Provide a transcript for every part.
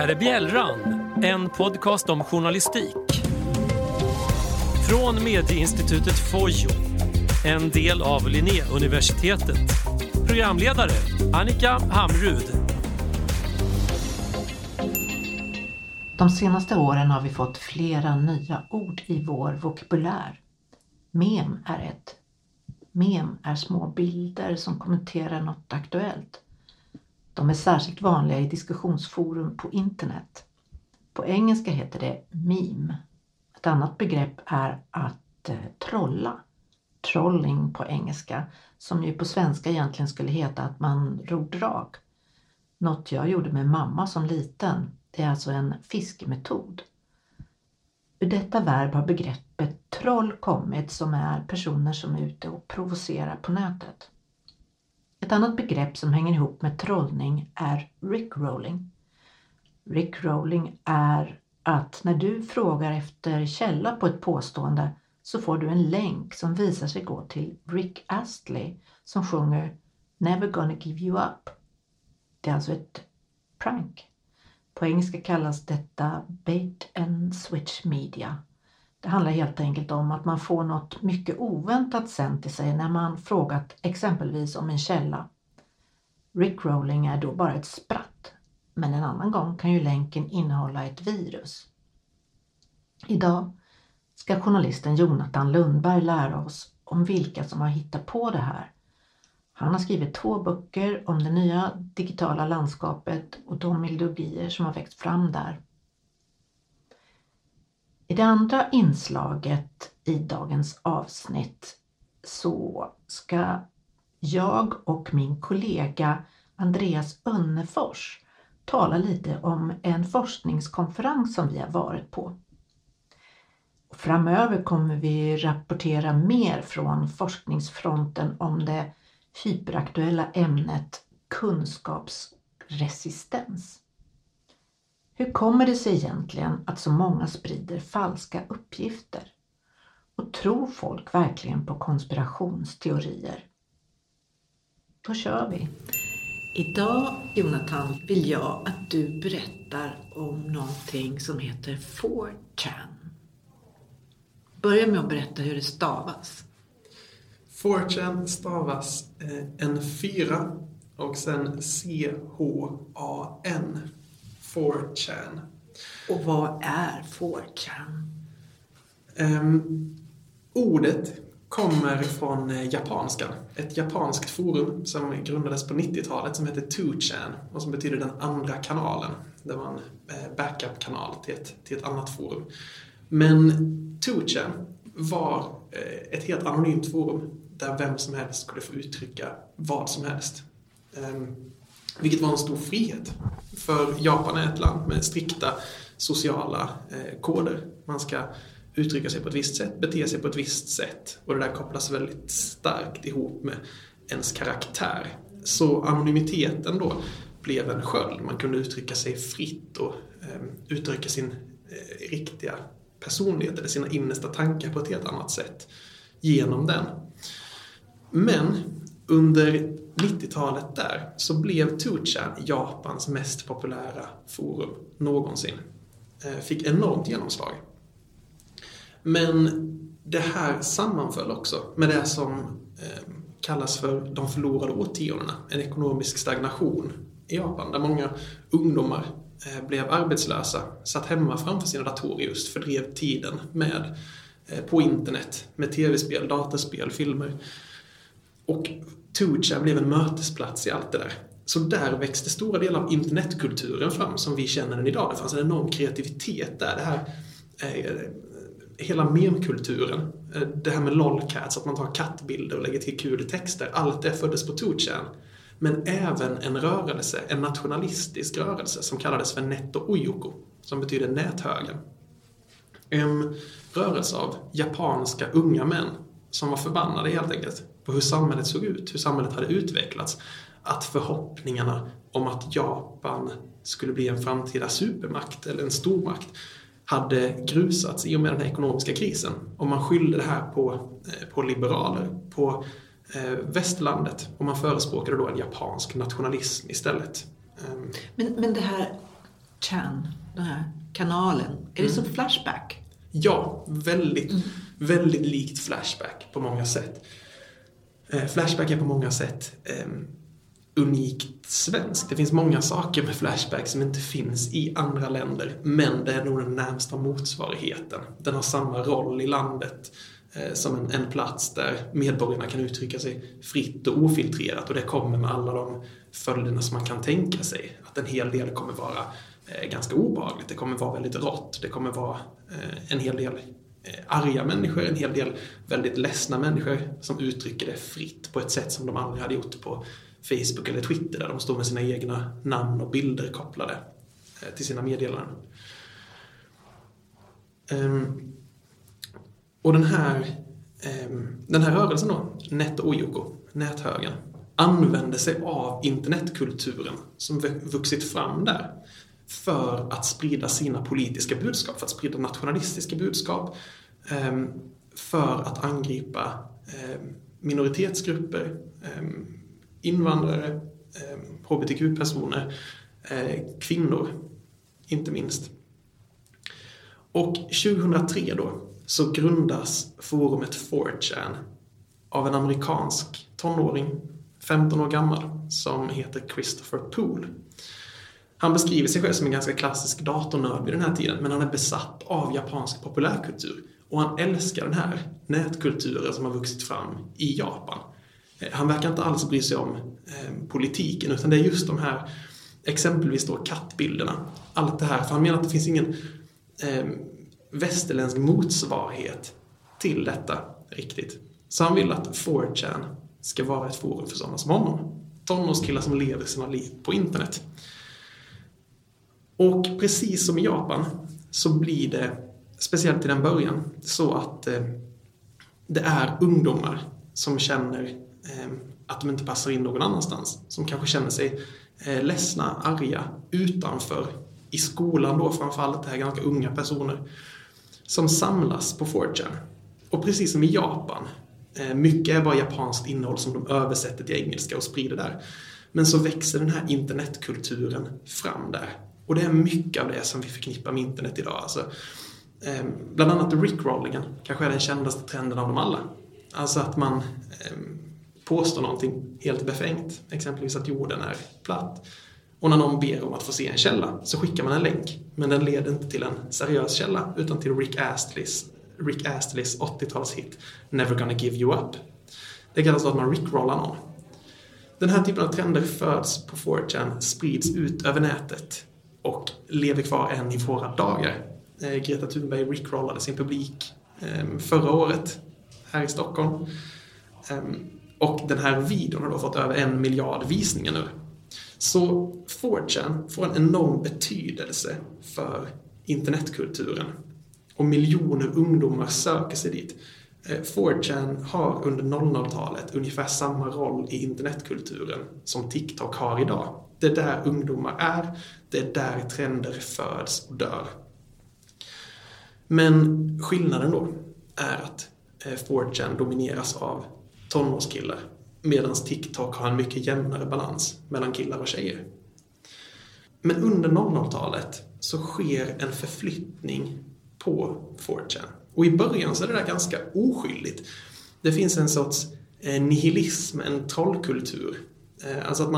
här är Bjällran, en podcast om journalistik. Från Medieinstitutet Fojo, en del av Linnéuniversitetet. Programledare Annika Hamrud. De senaste åren har vi fått flera nya ord i vår vokabulär. Mem är ett. Mem är små bilder som kommenterar något aktuellt. De är särskilt vanliga i diskussionsforum på internet. På engelska heter det meme. Ett annat begrepp är att trolla. Trolling på engelska, som ju på svenska egentligen skulle heta att man ror drag. Något jag gjorde med mamma som liten. Det är alltså en fiskemetod. Ur detta verb har begreppet troll kommit, som är personer som är ute och provocerar på nätet. Ett annat begrepp som hänger ihop med trollning är rickrolling. Rickrolling är att när du frågar efter källa på ett påstående så får du en länk som visar sig gå till Rick Astley som sjunger Never gonna give you up. Det är alltså ett prank. På engelska kallas detta bait and switch media. Det handlar helt enkelt om att man får något mycket oväntat sänt till sig när man frågat exempelvis om en källa. Rickrolling är då bara ett spratt, men en annan gång kan ju länken innehålla ett virus. Idag ska journalisten Jonathan Lundberg lära oss om vilka som har hittat på det här. Han har skrivit 2 böcker om det nya digitala landskapet och de ideologier som har växt fram där. I det andra inslaget i dagens avsnitt så ska jag och min kollega Andreas Önnefors tala lite om en forskningskonferens som vi har varit på. Framöver kommer vi rapportera mer från forskningsfronten om det hyperaktuella ämnet kunskapsresistens. Hur kommer det sig egentligen att så många sprider falska uppgifter? Och tror folk verkligen på konspirationsteorier? Då kör vi. Idag, Jonathan, vill jag att du berättar om någonting som heter 4chan. Börja med att berätta hur det stavas. 4chan stavas en 4 och sen C-H-A-N. 4chan. Och vad är 4chan? Ordet kommer från japanskan. Ett japanskt forum som grundades på 90-talet som heter 2chan och som betyder den andra kanalen. Det var en backup-kanal till ett annat forum. Men 2chan var ett helt anonymt forum där vem som helst skulle få uttrycka vad som helst. Vilket var en stor frihet. För Japan är ett land med strikta sociala koder. Man ska uttrycka sig på ett visst sätt, bete sig på ett visst sätt. Och det där kopplas väldigt starkt ihop med ens karaktär. Så anonymiteten då blev en sköld. Man kunde uttrycka sig fritt och uttrycka sin riktiga personlighet eller sina innersta tankar på ett helt annat sätt genom den. Men under 90-talet där så blev 2chan Japans mest populära forum någonsin. Fick enormt genomslag. Men det här sammanföll också med det som kallas för de förlorade årtiondena. En ekonomisk stagnation i Japan där många ungdomar blev arbetslösa, satt hemma framför sina datorer just, fördrev tiden med på internet, med tv-spel, datorspel, filmer. Och 2chan blev en mötesplats i allt det där. Så där växte stora delar av internetkulturen fram som vi känner den idag. Det fanns en enorm kreativitet där. Det här hela memkulturen, det här med lolcats, att man tar kattbilder och lägger till kul texter. Allt det föddes på 2chan. Men även en rörelse, en nationalistisk rörelse som kallades för Netto-Ojoko, som betyder näthögen. En rörelse av japanska unga män som var förbannade helt enkelt på hur samhället såg ut, hur samhället hade utvecklats. Att förhoppningarna om att Japan skulle bli en framtida supermakt eller en stormakt hade grusats i och med den här ekonomiska krisen. Och man skyllde det här på liberaler, på västlandet. Och man förespråkade då en japansk nationalism istället. Men det här Chan, den här kanalen. Är det som Flashback? Ja, väldigt likt Flashback på många sätt. Flashback är på många sätt unikt svenskt. Det finns många saker med Flashback som inte finns i andra länder, men det är nog den närmsta motsvarigheten. Den har samma roll i landet som en plats där medborgarna kan uttrycka sig fritt och ofiltrerat, och det kommer med alla de följderna som man kan tänka sig. Att en hel del kommer vara ganska obehagligt, det kommer vara väldigt rått, det kommer vara en hel del arga människor, en hel del väldigt ledsna människor som uttrycker det fritt på ett sätt som de aldrig hade gjort på Facebook eller Twitter, där de står med sina egna namn och bilder kopplade till sina meddelanden. Och den här rörelsen då, NetOjoko, näthögern, använder sig av internetkulturen som vuxit fram där för att sprida sina politiska budskap, för att sprida nationalistiska budskap, för att angripa minoritetsgrupper, invandrare, hbtq-personer, kvinnor inte minst. Och 2003 då så grundas forumet 4chan av en amerikansk tonåring, 15 år gammal, som heter Christopher Poole. Han beskriver sig själv som en ganska klassisk datornörd vid den här tiden, men han är besatt av japansk populärkultur. Och han älskar den här nätkulturen som har vuxit fram i Japan. Han verkar inte alls bry sig om politiken, utan det är just de här, exempelvis då kattbilderna. Allt det här, för han menar att det finns ingen västerländsk motsvarighet till detta riktigt. Så han vill att 4chan ska vara ett forum för sådana som honom. Tonårskillar som lever sina liv på internet. Och precis som i Japan så blir det, speciellt i den början, så att det är ungdomar som känner att de inte passar in någon annanstans. Som kanske känner sig ledsna, arga, utanför. I skolan då framförallt, det här ganska unga personer som samlas på 4chan. Och precis som i Japan, mycket är bara japanskt innehåll som de översätter till engelska och sprider där. Men så växer den här internetkulturen fram där. Och det är mycket av det som vi förknippar med internet idag. Alltså, bland annat rickrollingen kanske är den kändaste trenden av dem alla. Alltså att man påstår någonting helt befängt. Exempelvis att jorden är platt. Och när någon ber om att få se en källa så skickar man en länk. Men den leder inte till en seriös källa utan till Rick Astley's 80-talshit Never Gonna Give You Up. Det kallas då att man rickrollar någon. Den här typen av trender föds på 4chan, sprids ut över nätet och lever kvar än i våra dagar. Greta Thunberg rickrollade sin publik förra året här i Stockholm. Och den här videon har då fått över 1 miljard visningar nu. Så 4chan får en enorm betydelse för internetkulturen. Och miljoner ungdomar söker sig dit. 4chan har under 00-talet ungefär samma roll i internetkulturen som TikTok har idag. Det är där ungdomar är, det är där trender föds och dör. Men skillnaden då är att 4chan domineras av tonårskillar, medan TikTok har en mycket jämnare balans mellan killar och tjejer. Men under 00-talet så sker en förflyttning på 4chan. Och i början så är det där ganska oskyldigt. Det finns en sorts nihilism, en trollkultur. Alltså att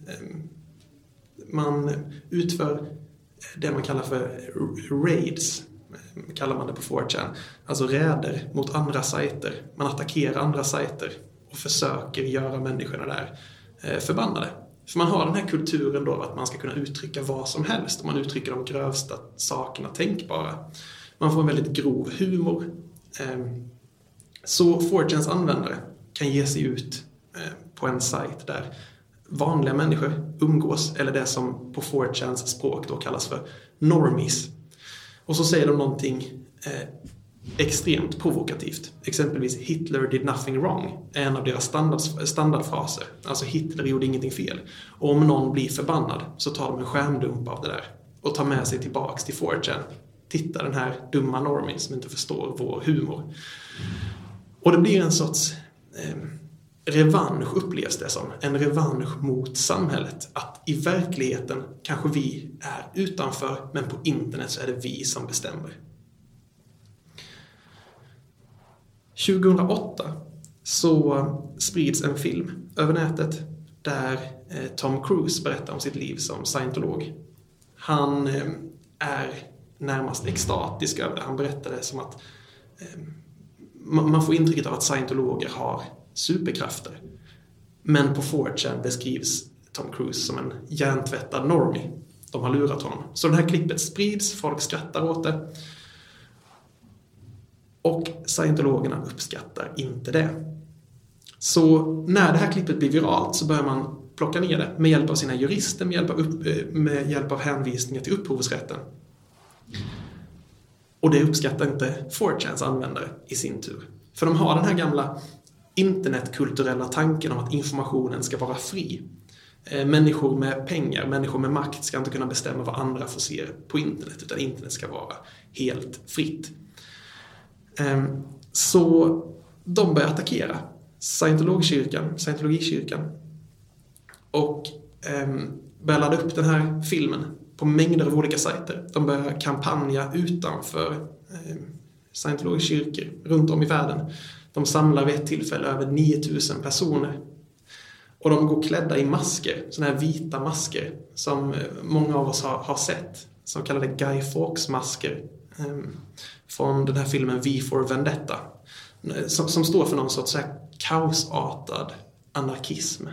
man utför det man kallar för raids, kallar man det på 4chan. Alltså räder mot andra sajter. Man attackerar andra sajter och försöker göra människorna där förbannade. För man har den här kulturen då att man ska kunna uttrycka vad som helst. Och man uttrycker de grövsta sakerna tänkbara. Man får en väldigt grov humor. Så 4chans användare kan ge sig ut på en sajt där vanliga människor umgås, eller det som på 4chans språk då kallas för normies. Och så säger de någonting extremt provokativt. Exempelvis Hitler did nothing wrong är en av deras standardfraser. Alltså Hitler gjorde ingenting fel. Och om någon blir förbannad så tar de en skärmdump av det där och tar med sig tillbaks till 4chan. Titta, den här dumma normien som inte förstår vår humor. Och det blir en sorts revansch upplevs det som. En revansch mot samhället. Att i verkligheten kanske vi är utanför, men på internet så är det vi som bestämmer. 2008 så sprids en film över nätet där Tom Cruise berättar om sitt liv som scientolog. Han är närmast extatisk över det. Han berättar det som att man får intrycket av att scientologer har superkrafter. Men på 4chan beskrivs Tom Cruise som en hjärntvättad normie. De har lurat honom. Så det här klippet sprids, folk skrattar åt det. Och scientologerna uppskattar inte det. Så när det här klippet blir viralt så börjar man plocka ner det med hjälp av sina jurister, med hjälp av hänvisningar till upphovsrätten. Och det uppskattar inte 4chans användare i sin tur. För de har den här gamla internetkulturella tanken om att informationen ska vara fri. Människor med pengar, människor med makt ska inte kunna bestämma vad andra får se på internet, utan internet ska vara helt fritt. Så de börjar attackera scientologikyrkan och börjar ladda upp den här filmen på mängder av olika sajter. De börjar kampanja utanför scientologikyrkor runt om i världen. De samlar vid ett tillfälle över 9000 personer. Och de går klädda i masker, såna här vita masker som många av oss har sett. Som kallade Guy Fawkes-masker från den här filmen V for Vendetta. Som står för någon sorts så här kaosartad anarkism.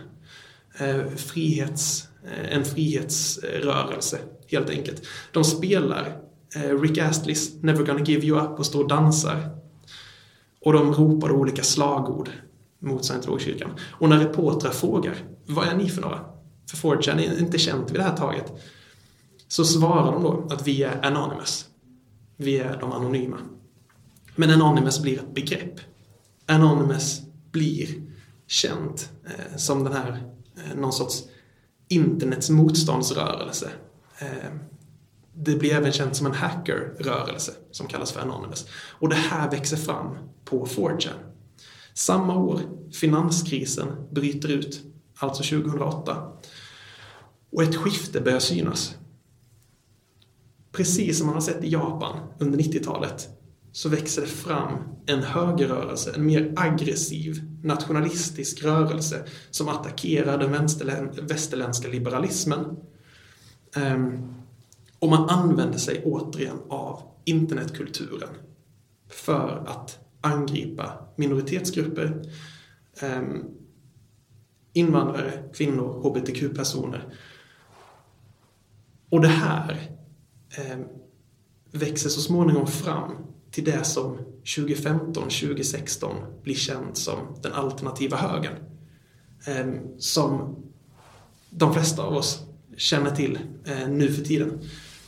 En frihetsrörelse, helt enkelt. De spelar Rick Astley's Never Gonna Give You Up och står och dansar. Och de ropar olika slagord mot scientologikyrkan. Och när reportrar frågar, vad är ni för några? För 4chan är inte känt vid det här taget. Så svarar de då att vi är Anonymous. Vi är de anonyma. Men Anonymous blir ett begrepp. Anonymous blir känt som den här någon sorts internets motståndsrörelse. Det blir även känt som en hackerrörelse som kallas för Anonymous. Och det här växer fram på 4chan. Samma år, finanskrisen bryter ut, alltså 2008. Och ett skifte börjar synas. Precis som man har sett i Japan under 90-talet så växer det fram en högerrörelse, en mer aggressiv nationalistisk rörelse som attackerar den västerländska liberalismen. Och man använder sig återigen av internetkulturen för att angripa minoritetsgrupper, invandrare, kvinnor, hbtq-personer. Och det här växer så småningom fram till det som 2015-2016 blir känt som den alternativa högern. Som de flesta av oss känner till nu för tiden.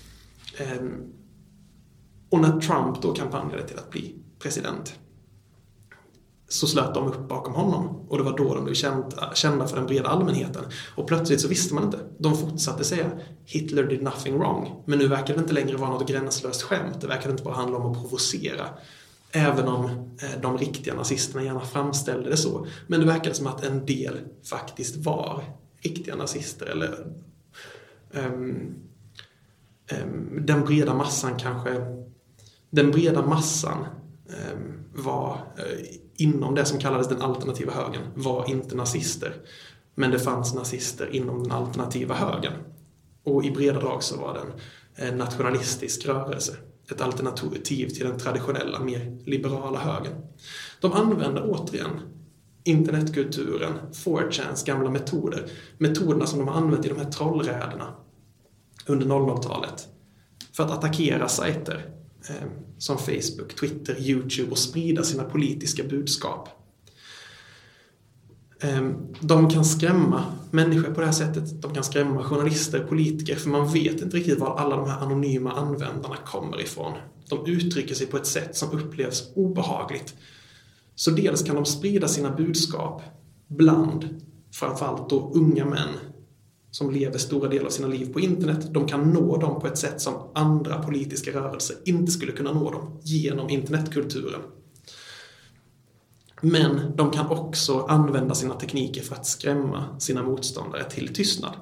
Och när Trump då kampanjade till att bli president så slöt de upp bakom honom. Och det var då de blev kända för den breda allmänheten. Och plötsligt så visste man inte. De fortsatte säga Hitler did nothing wrong. Men nu verkar det inte längre vara något gränslöst skämt. Det verkar inte bara handla om att provocera. Även om de riktiga nazisterna gärna framställde det så. Men det verkade som att en del faktiskt var riktiga nazister. Eller den breda massan kanske... Den breda massan var inom det som kallades den alternativa högern var inte nazister. Men det fanns nazister inom den alternativa högern. Och i breda drag så var det en nationalistisk rörelse. Ett alternativ till den traditionella, mer liberala högern. De använder återigen internetkulturen, 4chans gamla metoder. Metoderna som de har använt i de här trollräderna under 00-talet. För att attackera sajter som Facebook, Twitter, YouTube och sprida sina politiska budskap. De kan skrämma människor på det här sättet. De kan skrämma journalister, politiker, för man vet inte riktigt var alla de här anonyma användarna kommer ifrån. De uttrycker sig på ett sätt som upplevs obehagligt. Så dels kan de sprida sina budskap bland framförallt då unga män som lever stora delar av sina liv på internet. De kan nå dem på ett sätt som andra politiska rörelser inte skulle kunna nå dem genom internetkulturen. Men de kan också använda sina tekniker för att skrämma sina motståndare till tystnad.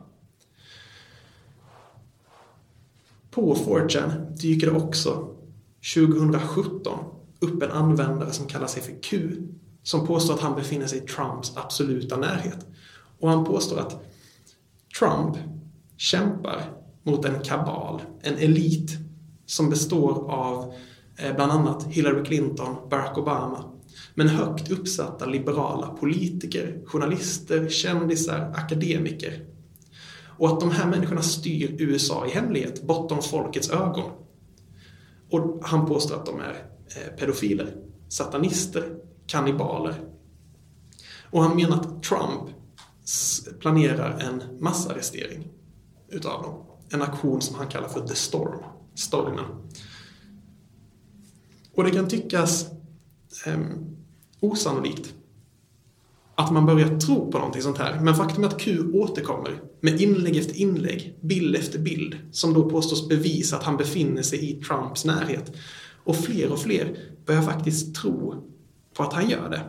På 4chan dyker det också 2017 upp en användare som kallar sig för Q, som påstår att han befinner sig i Trumps absoluta närhet. Och han påstår att Trump kämpar mot en kabal, en elit som består av bland annat Hillary Clinton, Barack Obama, men högt uppsatta liberala politiker, journalister, kändisar, akademiker. Och att de här människorna styr USA i hemlighet, bortom folkets ögon. Och han påstår att de är pedofiler, satanister, kannibaler. Och han menar att Trump planerar en massarrestering utav dem. En aktion som han kallar för The Storm, stormen. Och det kan tyckas osannolikt att man börjar tro på någonting sånt här. Men faktum är att Q återkommer med inlägg efter inlägg, bild efter bild, som då påstås bevisa att han befinner sig i Trumps närhet. Och fler börjar faktiskt tro på att han gör det.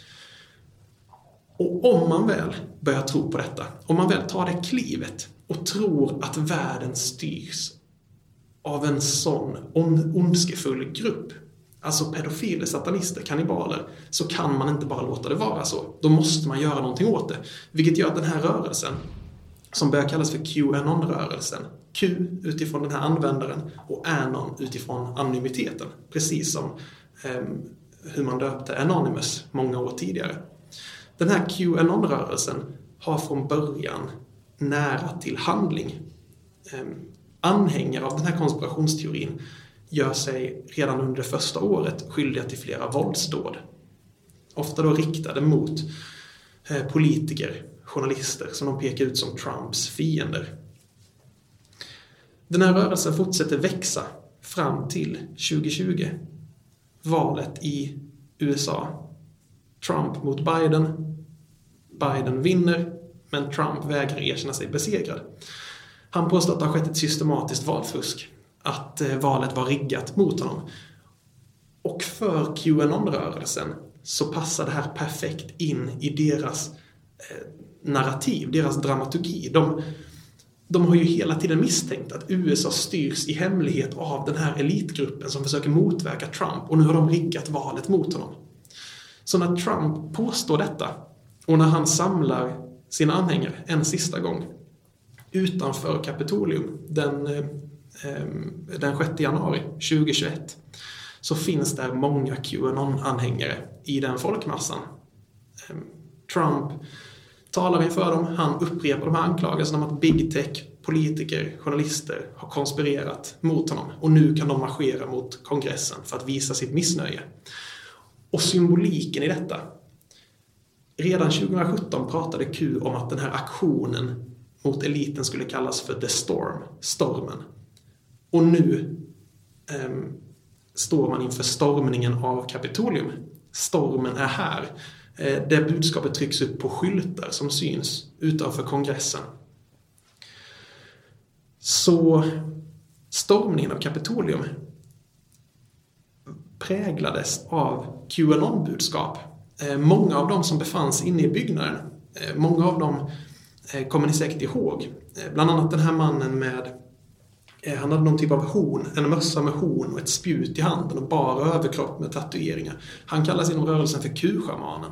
Och om man väl börjar tro på detta, om man väl tar det klivet och tror att världen styrs av en sån ondskefull grupp, alltså pedofiler, satanister, kannibaler, så kan man inte bara låta det vara så. Då måste man göra någonting åt det. Vilket gör att den här rörelsen, som börjar kallas för QAnon-rörelsen, Q utifrån den här användaren och Anon utifrån anonymiteten, precis som hur man döpte Anonymous många år tidigare. Den här QAnon-rörelsen har från början nära till handling. Anhängare av den här konspirationsteorin gör sig redan under det första året skyldiga till flera våldsdåd. Ofta då riktade mot politiker, journalister som de pekar ut som Trumps fiender. Den här rörelsen fortsätter växa fram till 2020. Valet i USA. Trump mot Biden. Biden vinner, men Trump vägrar erkänna sig besegrad. Han påstår att det har skett ett systematiskt valfusk. Att valet var riggat mot honom. Och för QAnon-rörelsen så passar det här perfekt in i deras narrativ, deras dramaturgi. De har ju hela tiden misstänkt att USA styrs i hemlighet av den här elitgruppen som försöker motverka Trump. Och nu har de riggat valet mot honom. Så när Trump påstår detta och när han samlar sina anhängare en sista gång utanför Kapitolium den 6 januari 2021 så finns där många QAnon-anhängare i den folkmassan. Trump talar inför dem, han upprepar de här anklagelserna om att big tech, politiker, journalister har konspirerat mot honom och nu kan de marschera mot kongressen för att visa sitt missnöje. Och symboliken i detta. Redan 2017 pratade Q om att den här aktionen mot eliten skulle kallas för The Storm, stormen. Och nu står man inför stormningen av Kapitolium. Stormen är här. Det budskapet trycks upp på skyltar som syns utanför kongressen. Så stormningen av Kapitolium präglades av QAnon-budskap. Många av dem som befanns inne i byggnaden, många av dem kommer ni säkert ihåg. Bland annat den här mannen med, han hade någon typ av horn, en mössa med horn och ett spjut i handen och bara överkropp med tatueringar. Han kallas inom rörelsen för Q-schamanen.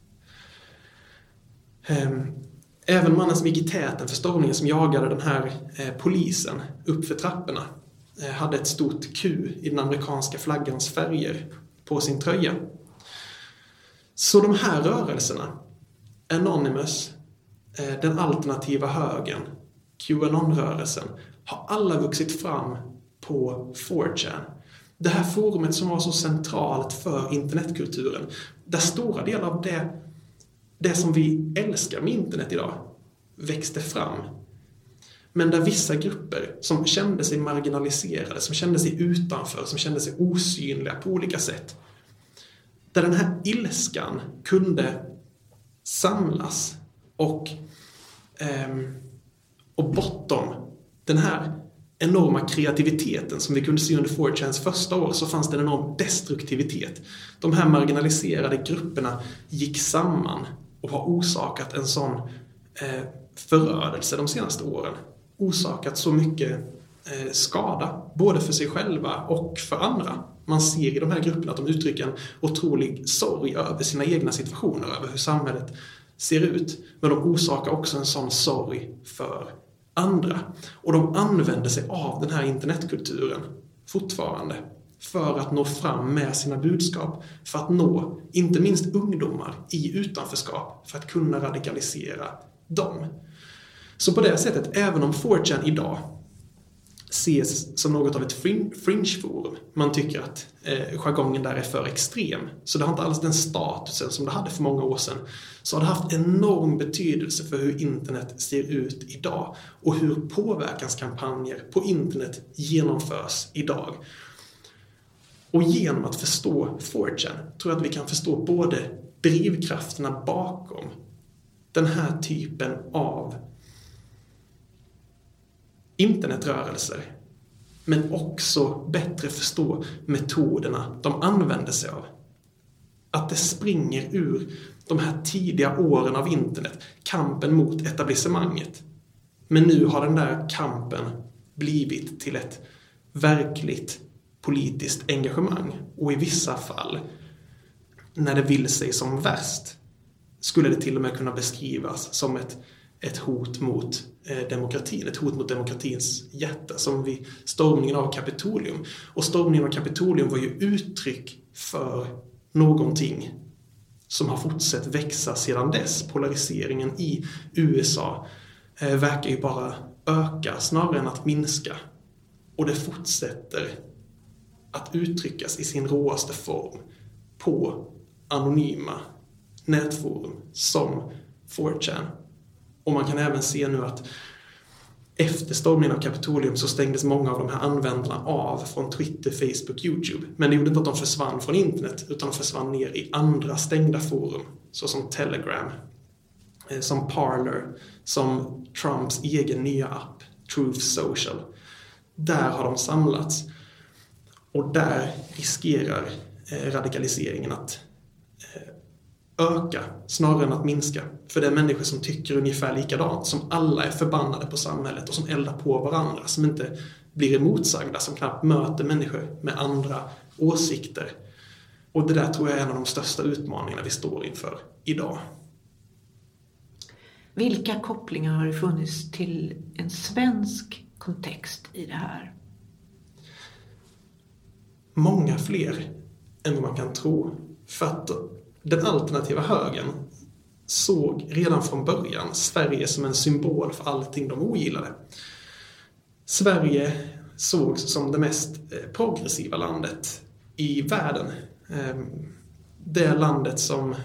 Även mannen som gick i täten för stormningen som jagade den här polisen upp för trapporna hade ett stort Q i den amerikanska flaggans färger på sin tröja. Så de här rörelserna, Anonymous, den alternativa högern, QAnon-rörelsen, har alla vuxit fram på 4chan. Det här forumet som var så centralt för internetkulturen, där stora delar av det som vi älskar med internet idag växte fram. Men där vissa grupper som kände sig marginaliserade, som kände sig utanför, som kände sig osynliga på olika sätt, där den här ilskan kunde samlas och bortom den här enorma kreativiteten som vi kunde se under 4chans första år, så fanns det en enorm destruktivitet. De här marginaliserade grupperna gick samman och har orsakat en sån förödelse de senaste åren. Orsakat så mycket skada, både för sig själva och för andra. Man ser i de här grupperna att de uttrycker en otrolig sorg över sina egna situationer, över hur samhället ser ut. Men de orsakar också en sån sorg för andra. Och de använder sig av den här internetkulturen fortfarande för att nå fram med sina budskap, för att nå inte minst ungdomar i utanförskap, för att kunna radikalisera dem. Så på det sättet, även om 4chan idag ses som något av ett fringe-forum, man tycker att jargongen där är för extrem, så det har inte alls den statusen som det hade för många år sedan, så har det haft enorm betydelse för hur internet ser ut idag och hur påverkanskampanjer på internet genomförs idag. Och genom att förstå 4chan tror jag att vi kan förstå både drivkrafterna bakom den här typen av internetrörelser, men också bättre förstå metoderna de använder sig av. Att det springer ur de här tidiga åren av internet, kampen mot etablissemanget. Men nu har den där kampen blivit till ett verkligt politiskt engagemang, och i vissa fall, när det vill sig som värst, skulle det till och med kunna beskrivas som ett hot mot demokratin, ett hot mot demokratins hjärta, som vid stormningen av Kapitolium. Och stormningen av Kapitolium var ju uttryck för någonting som har fortsatt växa sedan dess. Polariseringen i USA verkar ju bara öka snarare än att minska. Och det fortsätter att uttryckas i sin råaste form på anonyma nätforum som 4chan. Och man kan även se nu att efter stormningen av Kapitolium så stängdes många av de här användarna av från Twitter, Facebook, YouTube. Men det gjorde inte att de försvann från internet, utan de försvann ner i andra stängda forum, såsom Telegram, som Parler, som Trumps egen nya app, Truth Social. Där har de samlats. Och där riskerar radikaliseringen att öka snarare än att minska. För det är människor som tycker ungefär likadant, som alla är förbannade på samhället och som eldar på varandra, som inte blir emotsagda, som knappt möter människor med andra åsikter. Och det där tror jag är en av de största utmaningarna vi står inför idag. Vilka kopplingar har det funnits till en svensk kontext i det här? Många fler än vad man kan tro. För att den alternativa högern såg redan från början Sverige som en symbol för allting de ogillade. Sverige sågs som det mest progressiva landet i världen. Det landet som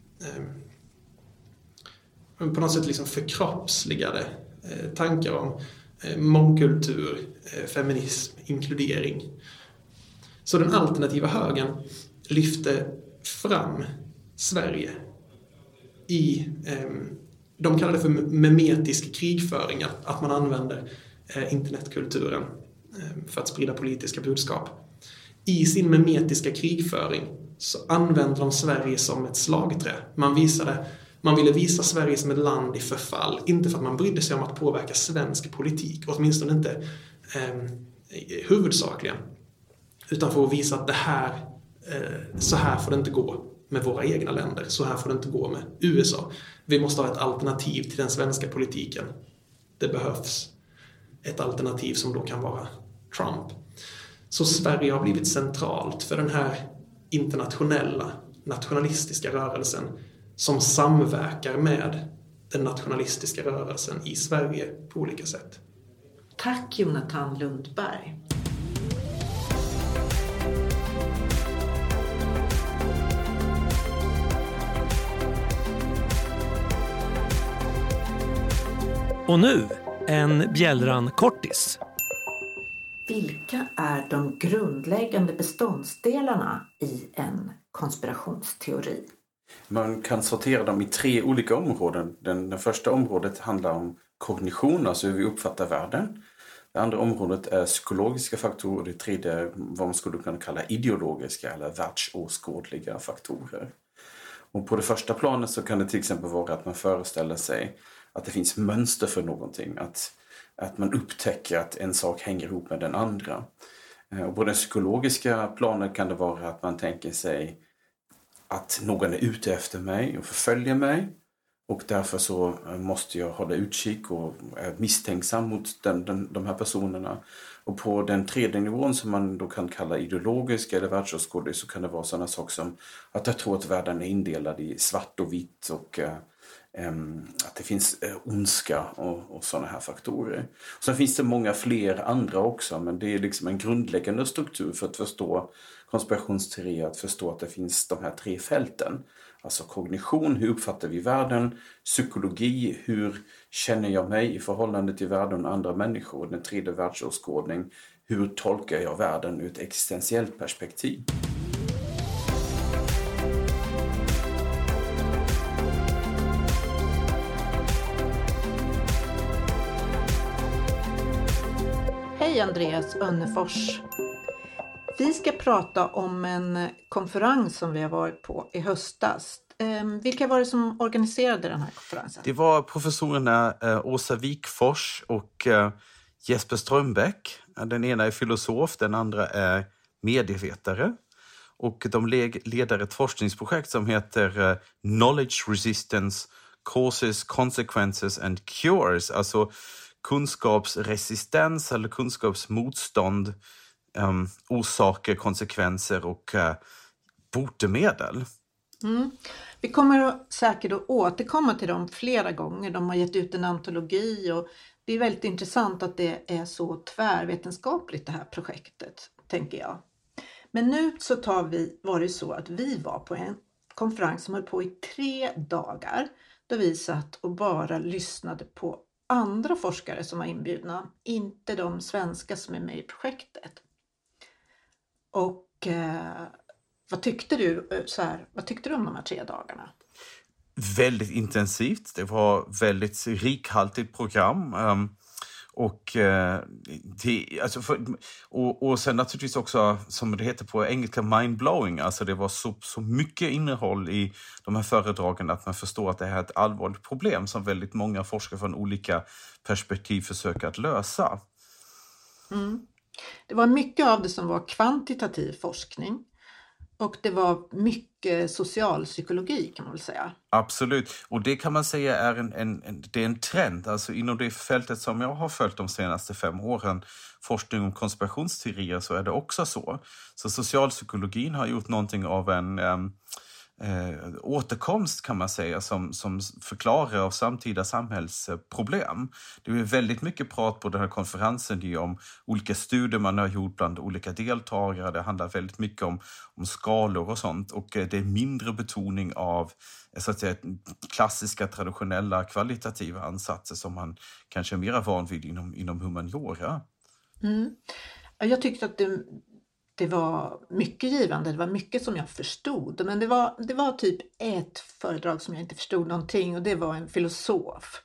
på något sätt liksom förkroppsligade tankar om mångkultur, feminism, inkludering. Så den alternativa högern lyfte fram Sverige i, de kallar det för memetisk krigföring, att man använder internetkulturen för att sprida politiska budskap. I sin memetiska krigföring så använder de Sverige som ett slagträ. Man ville visa Sverige som ett land i förfall, inte för att man brydde sig om att påverka svensk politik, åtminstone inte huvudsakligen, utan för att visa att det här, så här får det inte gå med våra egna länder, så här får det inte gå med USA. Vi måste ha ett alternativ till den svenska politiken. Det behövs ett alternativ som då kan vara Trump. Så Sverige har blivit centralt för den här internationella nationalistiska rörelsen som samverkar med den nationalistiska rörelsen i Sverige på olika sätt. Tack Jonathan Lundberg. Och nu en Bjällran-kortis. Vilka är de grundläggande beståndsdelarna i en konspirationsteori? Man kan sortera dem i 3 olika områden. Det första området handlar om kognition, alltså hur vi uppfattar världen. Det andra området är psykologiska faktorer och det tredje är vad man skulle kunna kalla ideologiska eller världsåskådliga faktorer. Och på det första planet så kan det till exempel vara att man föreställer sig att det finns mönster för någonting. Att man upptäcker att en sak hänger ihop med den andra. Och på det psykologiska planet kan det vara att man tänker sig att någon är ute efter mig och förföljer mig. Och därför så måste jag hålla utkik och är misstänksam mot de här personerna. Och på den tredje nivån som man då kan kalla ideologisk eller världsåskådlig så kan det vara sådana saker som att jag tror att världen är indelad i svart och vitt och att det finns ondska och sådana här faktorer. Och sen finns det många fler andra också, men det är liksom en grundläggande struktur för att förstå konspirationsteorier, att förstå att det finns de här tre fälten. Alltså kognition, hur uppfattar vi världen? Psykologi, hur känner jag mig i förhållande till världen och andra människor? Den tredje världsåskådning, hur tolkar jag världen ur ett existentiellt perspektiv? Hej Andreas Önnefors. Vi ska prata om en konferens som vi har varit på i höstas. Vilka var det som organiserade den här konferensen? Det var professorerna Åsa Wikfors och Jesper Strömbäck. Den ena är filosof, den andra är medievetare. Och de leder ett forskningsprojekt som heter Knowledge Resistance, Causes, Consequences and Cures. Alltså kunskapsresistens eller kunskapsmotstånd, orsaker, konsekvenser och botemedel. Vi kommer säkert att återkomma till dem flera gånger. De har gett ut en antologi och det är väldigt intressant att det är så tvärvetenskapligt det här projektet, tänker jag. Men nu så var det så att vi var på en konferens som höll på i 3 dagar. Då vi satt och bara lyssnade på andra forskare som var inbjudna, inte de svenska som är med i projektet. Och vad tyckte du om de här 3 dagarna? Väldigt intensivt. Det var väldigt rikhaltigt program. Och sen naturligtvis också, som det heter på engelska, mindblowing. Alltså det var så mycket innehåll i de här föredragen att man förstår att det här är ett allvarligt problem som väldigt många forskare från olika perspektiv försöker att lösa. Det var mycket av det som var kvantitativ forskning. Och det var mycket socialpsykologi kan man väl säga. Absolut. Och det kan man säga är en trend. Alltså inom det fältet som jag har följt de senaste 5 åren, forskning om konspirationsteorier, så är det också så. Så socialpsykologin har gjort någonting av en återkomst kan man säga som förklarar av samtida samhällsproblem. Det är väldigt mycket prat på den här konferensen om olika studier man har gjort bland olika deltagare. Det handlar väldigt mycket om skalor och sånt, och det är mindre betoning av så att säga klassiska, traditionella, kvalitativa ansatser som man kanske är mer van vid inom humaniora. Jag tyckte att det var mycket givande, det var mycket som jag förstod. Men det var typ ett föredrag som jag inte förstod någonting, och det var en filosof.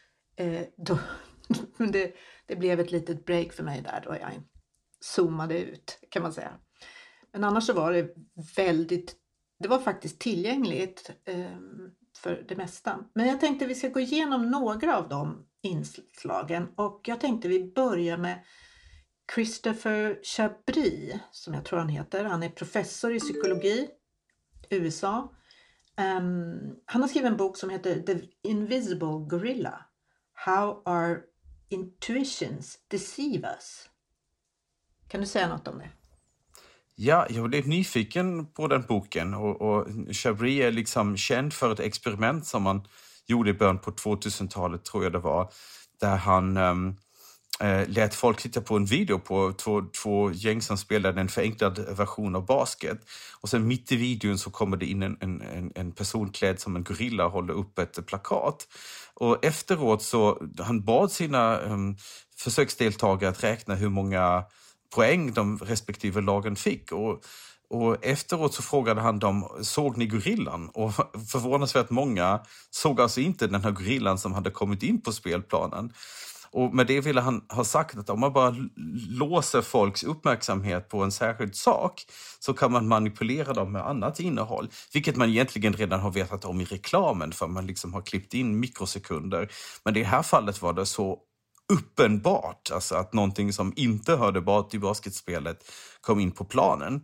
Det blev ett litet break för mig där då jag zoomade ut, kan man säga. Men annars så var det var faktiskt tillgängligt för det mesta. Men jag tänkte vi ska gå igenom några av de inslagen, och jag tänkte vi börjar med Christopher Chabris, som jag tror han heter. Han är professor i psykologi i USA. Han har skrivit en bok som heter The Invisible Gorilla. How our intuitions deceive us. Kan du säga något om det? Ja, jag blev nyfiken på den boken, och Chabris är liksom känd för ett experiment som man gjorde i början på 2000-talet, tror jag det var, där han lät folk titta på en video på två gäng som spelade en förenklad version av basket. Och sen mitt i videon så kommer det in en person klädd som en gorilla och håller upp ett plakat. Och efteråt så han bad sina försöksdeltagare att räkna hur många poäng de respektive lagen fick. Och efteråt så frågade han dem, såg ni gorillan? Och förvånansvärt många såg alltså inte den här gorillan som hade kommit in på spelplanen. Och med det ville han ha sagt att om man bara låser folks uppmärksamhet på en särskild sak så kan man manipulera dem med annat innehåll. Vilket man egentligen redan har vetat om i reklamen för man liksom har klippt in mikrosekunder. Men i det här fallet var det så uppenbart alltså att någonting som inte hörde till basketspelet kom in på planen.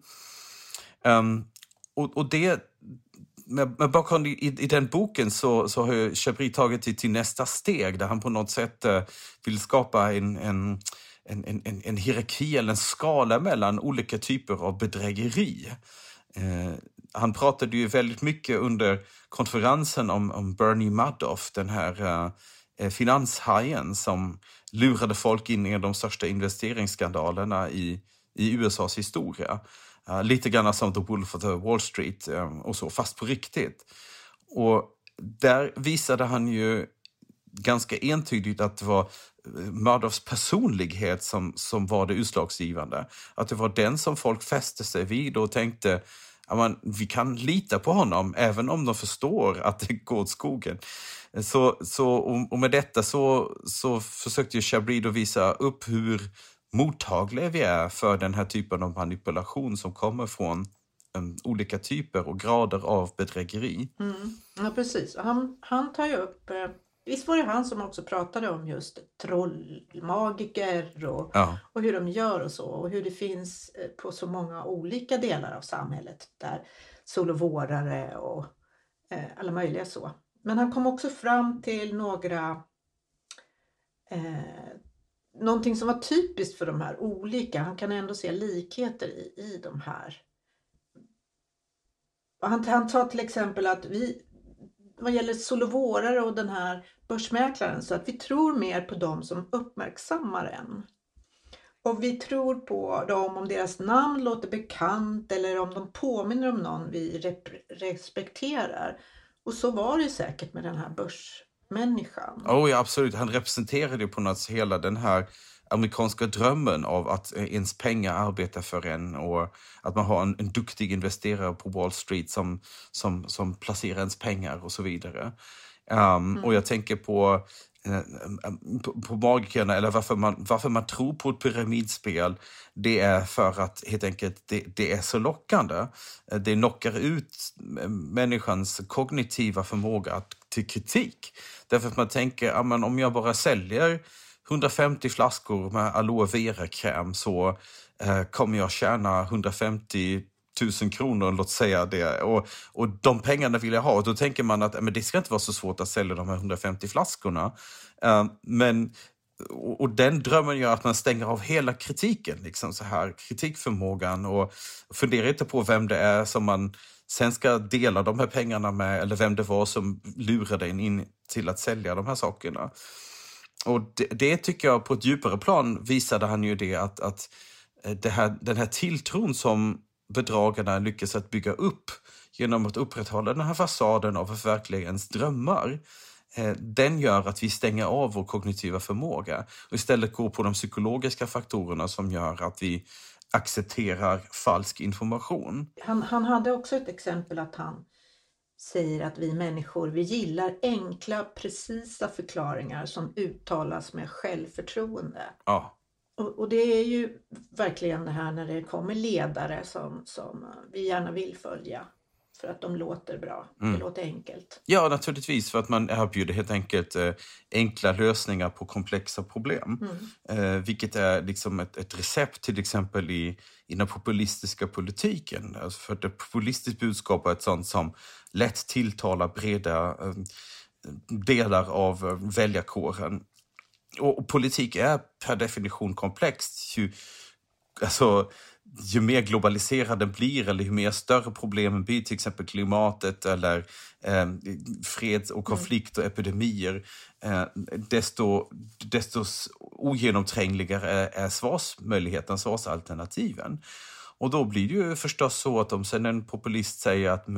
Och det med bakgrund i den boken så har Chabris tagit det till nästa steg där han på något sätt vill skapa en hierarki eller en skala mellan olika typer av bedrägeri. Han pratade ju väldigt mycket under konferensen om Bernie Madoff, den här finanshajen som lurade folk in i de största investeringsskandalerna i USAs historia. Lite grann som The Wolf of the Wall Street och så, fast på riktigt. Och där visade han ju ganska entydigt att det var Madoffs personlighet som var det utslagsgivande. Att det var den som folk fäste sig vid och tänkte att vi kan lita på honom även om de förstår att det går åt skogen. Och med detta så försökte ju Chabris då visa upp hur mottagliga vi är för den här typen av manipulation som kommer från olika typer och grader av bedrägeri. Ja, precis. Han tar ju upp... Visst var det han som också pratade om just trollmagiker och hur de gör och så. Och hur det finns på så många olika delar av samhället. Där solovårare och alla möjliga så. Men han kom också fram till någonting som var typiskt för de här olika. Han kan ändå se likheter i de här. Han sa till exempel att vad gäller solovårare och den här börsmäklaren så att vi tror mer på dem som uppmärksammar en. Och vi tror på dem om deras namn låter bekant eller om de påminner om någon vi respekterar. Och så var det säkert med den här börsmänniskan. Ja, absolut. Han representerade ju på något sätt hela den här amerikanska drömmen av att ens pengar arbetar för en och att man har en duktig investerare på Wall Street som placerar ens pengar och så vidare. Och jag tänker på magikerna eller varför man tror på ett pyramidspel. Det är för att helt enkelt det är så lockande. Det knockar ut människans kognitiva förmåga till kritik. Därför att man tänker om jag bara säljer 150 flaskor med aloe vera-kräm så kommer jag tjäna 150 000 kronor, låt säga det. Och de pengarna vill jag ha. Och då tänker man att men det ska inte vara så svårt att sälja de här 150 flaskorna. Och den drömmen gör att man stänger av hela kritiken. Liksom så här, kritikförmågan. Och funderar inte på vem det är som man sen ska dela de här pengarna med. Eller vem det var som lurade en in till att sälja de här sakerna. Och det tycker jag på ett djupare plan visade han ju det att den här tilltron som bedragarna lyckas att bygga upp genom att upprätthålla den här fasaden av förverkligandens drömmar, den gör att vi stänger av vår kognitiva förmåga och istället går på de psykologiska faktorerna som gör att vi accepterar falsk information. Han hade också ett exempel att han säger att vi människor, vi gillar enkla, precisa förklaringar som uttalas med självförtroende. Ja. Och det är ju verkligen det här när det kommer ledare som vi gärna vill följa. För att de låter bra. Det låter enkelt. Ja, naturligtvis. För att man erbjuder helt enkelt enkla lösningar på komplexa problem. Vilket är liksom ett recept till exempel i den populistiska politiken. Alltså för det populistiska budskap är ett sånt som lätt tilltalar breda delar av väljarkåren. Och politik är per definition komplext. Ju mer globaliserad den blir eller ju mer större problemen blir, till exempel klimatet eller freds- och konflikt och epidemier, desto ogenomträngligare är svarsmöjligheten, svarsalternativen. Och då blir det ju förstås så att om sen en populist säger att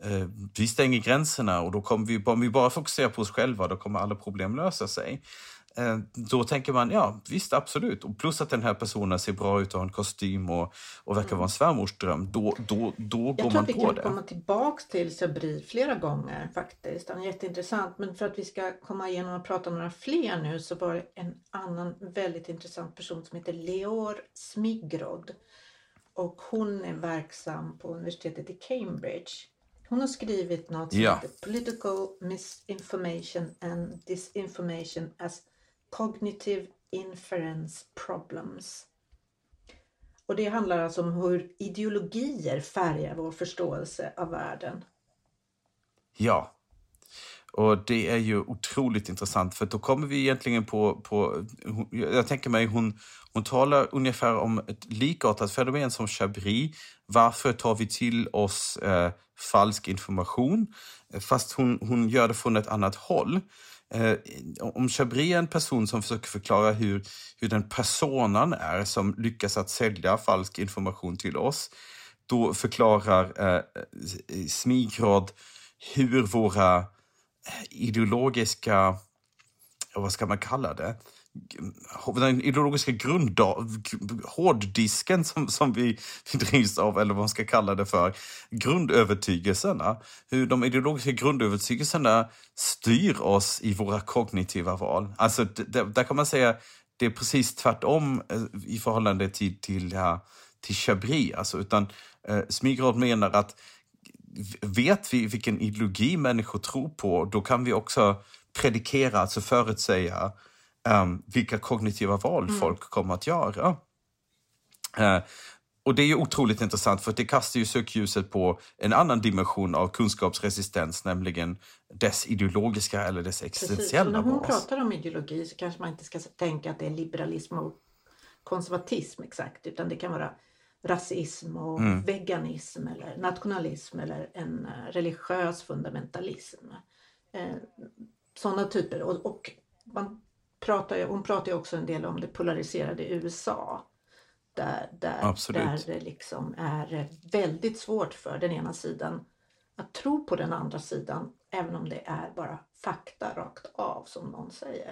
vi stänger gränserna och då kommer vi bara fokusera på oss själva, då kommer alla problem lösa sig. då tänker man, ja visst absolut. Och plus att den här personen ser bra ut och har en kostym och verkar vara en svärmorsdröm. Då går man på det. Jag tror att vi kan komma tillbaka till Chabris flera gånger faktiskt. Han är jätteintressant. Men för att vi ska komma igenom och prata om några fler nu så var det en annan väldigt intressant person som heter Leor Smigrod. Och hon är verksam på universitetet i Cambridge. Hon har skrivit något som heter Political Misinformation and Disinformation as Cognitive Inference Problems. Och det handlar alltså om hur ideologier färgar vår förståelse av världen. Ja, och det är ju otroligt intressant för då kommer vi egentligen på jag tänker mig hon talar ungefär om ett likartat fenomen som Chabris. Varför tar vi till oss falsk information? Fast hon gör det från ett annat håll. Om Chabris är en person som försöker förklara hur den personen är som lyckas att sälja falsk information till oss, då förklarar Smigrod hur våra ideologiska, vad ska man kalla det, den ideologiska hårddisken som vi drivs av, eller vad man ska kalla det för, grundövertygelserna, hur de ideologiska grundövertygelserna styr oss i våra kognitiva val. Alltså där kan man säga det är precis tvärtom i förhållande till Chabris, alltså, utan Smigrod menar att vet vi vilken ideologi människor tror på, då kan vi också predikera, alltså förutsäga vilka kognitiva val folk kommer att göra. Och det är ju otroligt intressant för det kastar ju sökljuset på en annan dimension av kunskapsresistens, nämligen dess ideologiska eller dess existentiella bas. När hon pratar om ideologi så kanske man inte ska tänka att det är liberalism och konservatism exakt, utan det kan vara rasism och veganism eller nationalism eller en religiös fundamentalism. Sådana typer. Och hon pratar ju också en del om det polariserade USA. Där det liksom är väldigt svårt för den ena sidan att tro på den andra sidan, även om det är bara fakta rakt av som någon säger.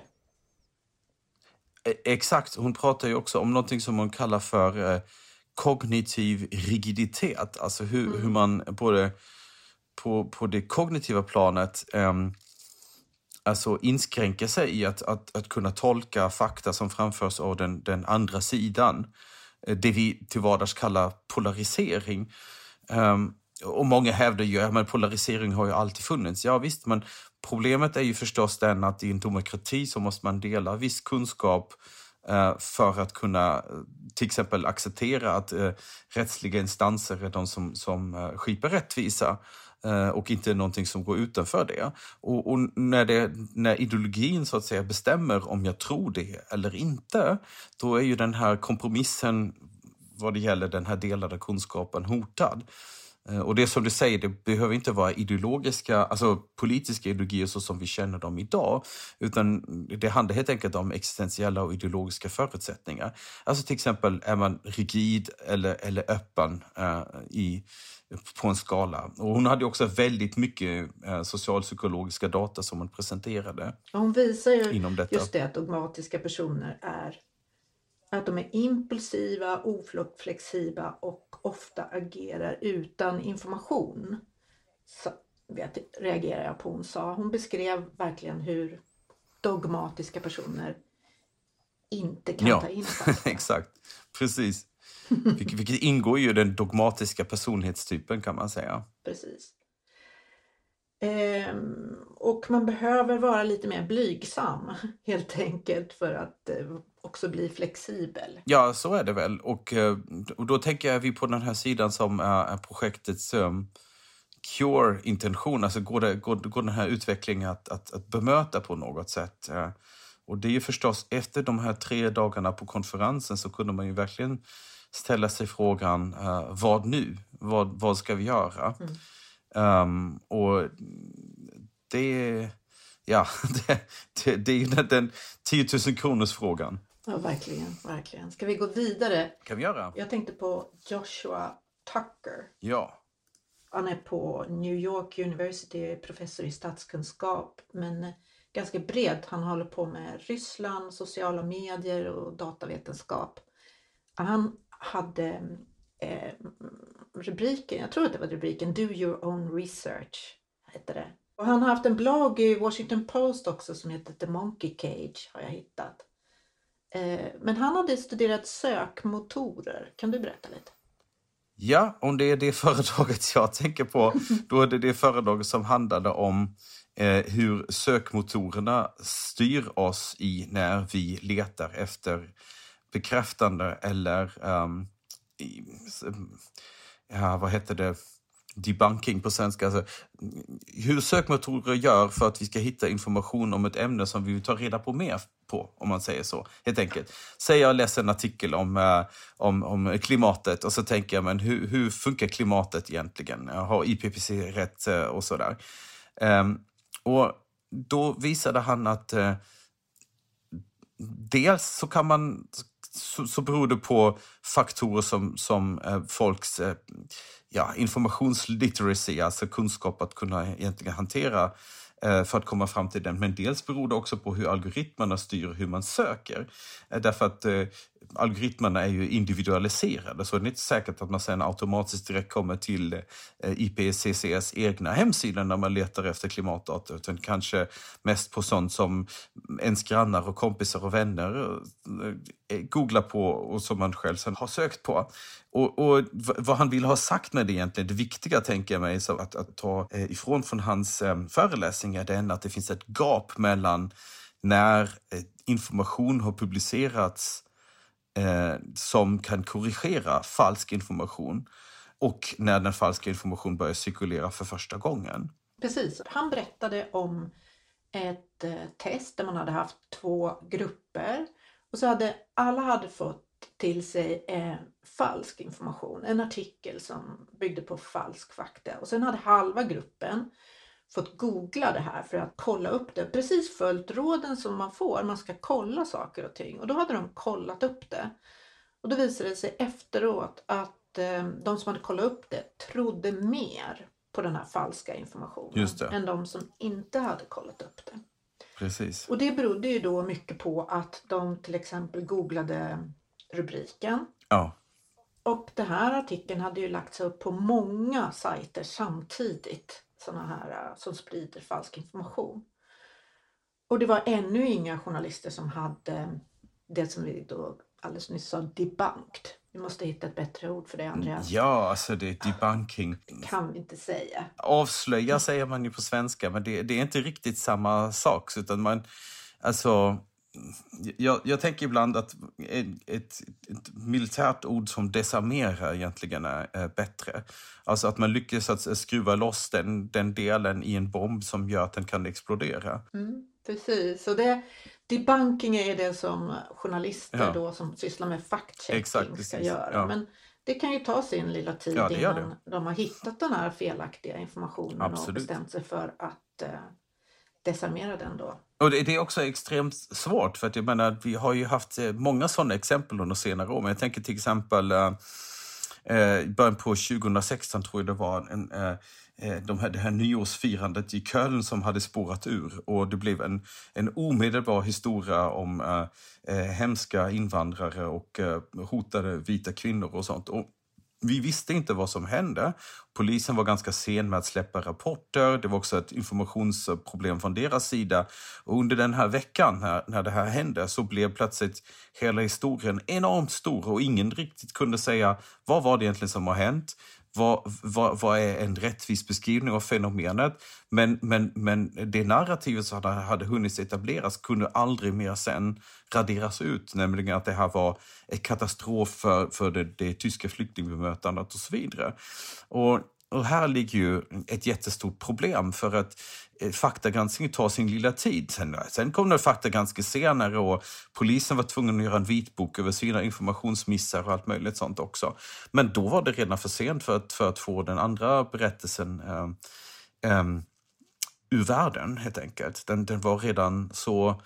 Exakt, hon pratar ju också om någonting som hon kallar för kognitiv rigiditet. Alltså hur man både på det kognitiva planet alltså inskränker sig i att kunna tolka fakta som framförs av den andra sidan. Det vi till vardags kallar polarisering. Och många hävdar ju att polarisering har ju alltid funnits. Ja visst, men problemet är ju förstås den att i en demokrati så måste man dela viss kunskap för att kunna till exempel acceptera att rättsliga instanser är de som skipar rättvisa och inte någonting som går utanför det. Och när ideologin så att säga bestämmer om jag tror det eller inte, då är ju den här kompromissen vad det gäller den här delade kunskapen hotad. Och det som du säger, det behöver inte vara ideologiska, alltså politiska ideologier så som vi känner dem idag, utan det handlar helt enkelt om existentiella och ideologiska förutsättningar. Alltså till exempel är man rigid eller öppen på en skala. Och hon hade också väldigt mycket socialpsykologiska data som hon presenterade. Och hon visar ju inom detta. Just det att dogmatiska personer att de är impulsiva, oflexibla och ofta agerar utan information. Så reagerar jag på hon sa. Hon beskrev verkligen hur dogmatiska personer inte kan ta in fakta. Exakt, precis. Vilket ingår ju i den dogmatiska personlighetstypen kan man säga. Precis. Och man behöver vara lite mer blygsam helt enkelt för att också bli flexibel. Ja, så är det väl. Och då tänker vi på den här sidan som är projektets cure-intention. Alltså går den här utvecklingen att bemöta på något sätt. Och det är ju förstås efter de här 3 dagarna på konferensen så kunde man ju verkligen ställa sig frågan vad nu? Vad ska vi göra? Och det är ju den 10 000 kronors frågan. Ja, verkligen. Ska vi gå vidare? Kan vi göra? Jag tänkte på Joshua Tucker. Ja. Han är på New York University, professor i statskunskap. Men ganska bred. Han håller på med Ryssland, sociala medier och datavetenskap. Han hade rubriken, jag tror att det var rubriken Do Your Own Research heter det. Och han har haft en blogg i Washington Post också som heter The Monkey Cage har jag hittat. Men han hade studerat sökmotorer. Kan du berätta lite? Ja, om det är det föredraget jag tänker på, då är det föredraget som handlade om hur sökmotorerna styr oss i när vi letar efter bekräftande eller vad heter det? Debunking på svenska. Alltså, hur sökmotorer gör för att vi ska hitta information om ett ämne som vi vill ta reda på mer på, om man säger så. Helt enkelt. Säg jag läser en artikel om klimatet och så tänker jag, men hur funkar klimatet egentligen? Har IPCC rätt och sådär. Och då visade han att dels så kan man så beror det på faktorer som folks informationsliteracy, alltså kunskap att kunna egentligen hantera för att komma fram till den. Men dels beror det också på hur algoritmerna styr hur man söker. Därför att algoritmerna är ju individualiserade, så det är inte säkert att man sen automatiskt direkt kommer till IPCCs egna hemsidor när man letar efter klimatdata, utan kanske mest på sånt som ens grannar och kompisar och vänner googlar på och som man själv sen har sökt på. Och vad han vill ha sagt med det egentligen, det viktiga tänker jag mig, så att ta ifrån från hans föreläsningar, det är att det finns ett gap mellan när information har publicerats som kan korrigera falsk information och när den falska information börjar cirkulera för första gången. Precis. Han berättade om ett test där man hade haft 2 grupper och så hade alla fått till sig falsk information. En artikel som byggde på falsk fakta. Och sen hade halva gruppen fått googla det här för att kolla upp det. Precis följt råden som man får. Man ska kolla saker och ting. Och då hade de kollat upp det. Och då visade det sig efteråt att de som hade kollat upp det trodde mer på den här falska informationen än de som inte hade kollat upp det. Precis. Och det berodde ju då mycket på att de till exempel googlade rubriken. Ja. Och den här artikeln hade ju lagts upp på många sajter samtidigt. Sådana här som sprider falsk information. Och det var ännu inga journalister som hade det som vi då alldeles nyss sa debunked. Vi måste hitta ett bättre ord för det, Andreas. Ja, alltså det är debunking. Kan vi inte säga. Avslöja säger man ju på svenska, men det är inte riktigt samma sak. Utan man, alltså, jag tänker ibland att ett militärt ord som desarmera egentligen är bättre. Alltså att man lyckas att skruva loss den delen i en bomb som gör att den kan explodera. Precis, och debunking är det som journalister då som sysslar med fact-checking ska göra. Ja. Men det kan ju ta sin lilla tid innan de har hittat den här felaktiga informationen. Absolut. Och bestämt sig för att desarmera den då. Och det är också extremt svårt, för att jag menar, vi har ju haft många sådana exempel under senare år. Men jag tänker till exempel i början på 2016 tror jag det var det här nyårsfirandet i Köln som hade spårat ur, och det blev en omedelbar historia om hemska invandrare och hotade vita kvinnor och sånt. Och vi visste inte vad som hände. Polisen var ganska sen med att släppa rapporter. Det var också ett informationsproblem från deras sida. Och under den här veckan när det här hände så blev plötsligt hela historien enormt stor. Och ingen riktigt kunde säga vad var det egentligen som har hänt. Vad är en rättvis beskrivning av fenomenet? Men det narrativet som hade hunnit etableras kunde aldrig mer sen raderas ut. Nämligen att det här var en katastrof för det tyska flyktingbemötandet och så vidare. Och här ligger ju ett jättestort problem, för att faktagranskning tar sin lilla tid. Sen kom det faktagranskning senare och polisen var tvungen att göra en vitbok över sina informationsmissar och allt möjligt sånt också. Men då var det redan för sent för att få den andra berättelsen ur världen helt enkelt. Den var redan så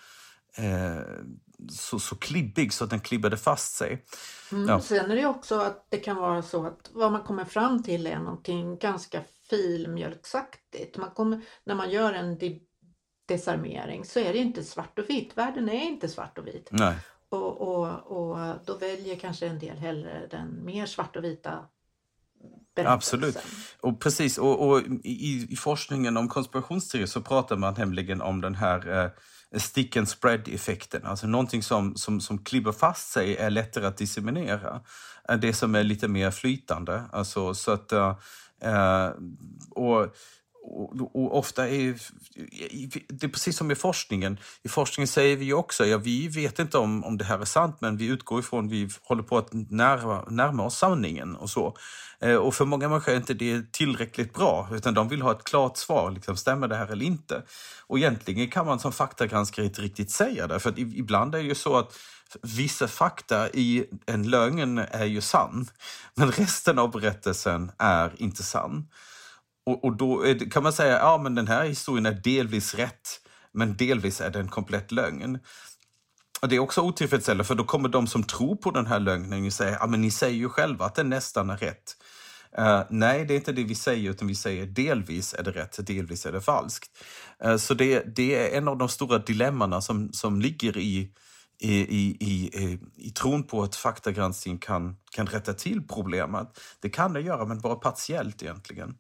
klibbig så att den klibbade fast sig. Sen är det också att det kan vara så att vad man kommer fram till är någonting ganska filmjölksaktigt. När man gör en desarmering så är det inte svart och vitt. Världen är inte svart och vit. Nej. Och då väljer kanske en del hellre den mer svart och vita berättelsen. Absolut. Och precis, och i forskningen om konspirationsteorier så pratar man nämligen om den här stick and spread-effekten. Alltså någonting som klibbar fast sig är lättare att disseminera än det som är lite mer flytande. Alltså, så att, och ofta är det är precis som i forskningen. I forskningen säger vi också, vi vet inte om det här är sant, men vi utgår ifrån, vi håller på att närma oss sanningen och så. Och för många människor är inte det tillräckligt bra, utan de vill ha ett klart svar, liksom, stämmer det här eller inte? Och egentligen kan man som faktagranskare inte riktigt säga det, för att ibland är det ju så att vissa fakta i en lögn är ju sann, men resten av berättelsen är inte sann. Och då kan man säga, men den här historien är delvis rätt, men delvis är det en komplett lögn. Och det är också otillfredsställande, för då kommer de som tror på den här lögnen och säger, men ni säger ju själva att det nästan är rätt. Nej, det är inte det vi säger, utan vi säger delvis är det rätt, delvis är det falskt. Så det är en av de stora dilemmana som ligger i tron på att faktagranskning kan rätta till problemet. Det kan det göra, men bara partiellt egentligen.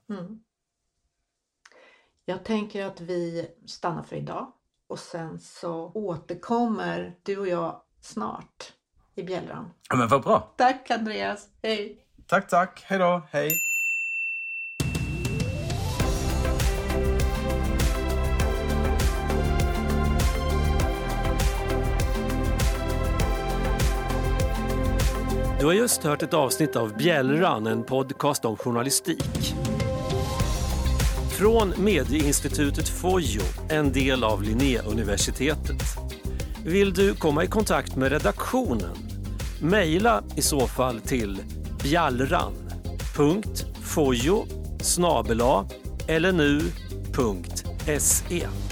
Jag tänker att vi stannar för idag och sen så återkommer du och jag snart i Bjällran. Men vad bra. Tack Andreas, hej. Tack, hej då, hej. Du har just hört ett avsnitt av Bjällran, en podcast om journalistik. Från Medieinstitutet Fojo, en del av Linnéuniversitetet. Vill du komma i kontakt med redaktionen? Mejla i så fall till bjallran.fojo@lnu.se.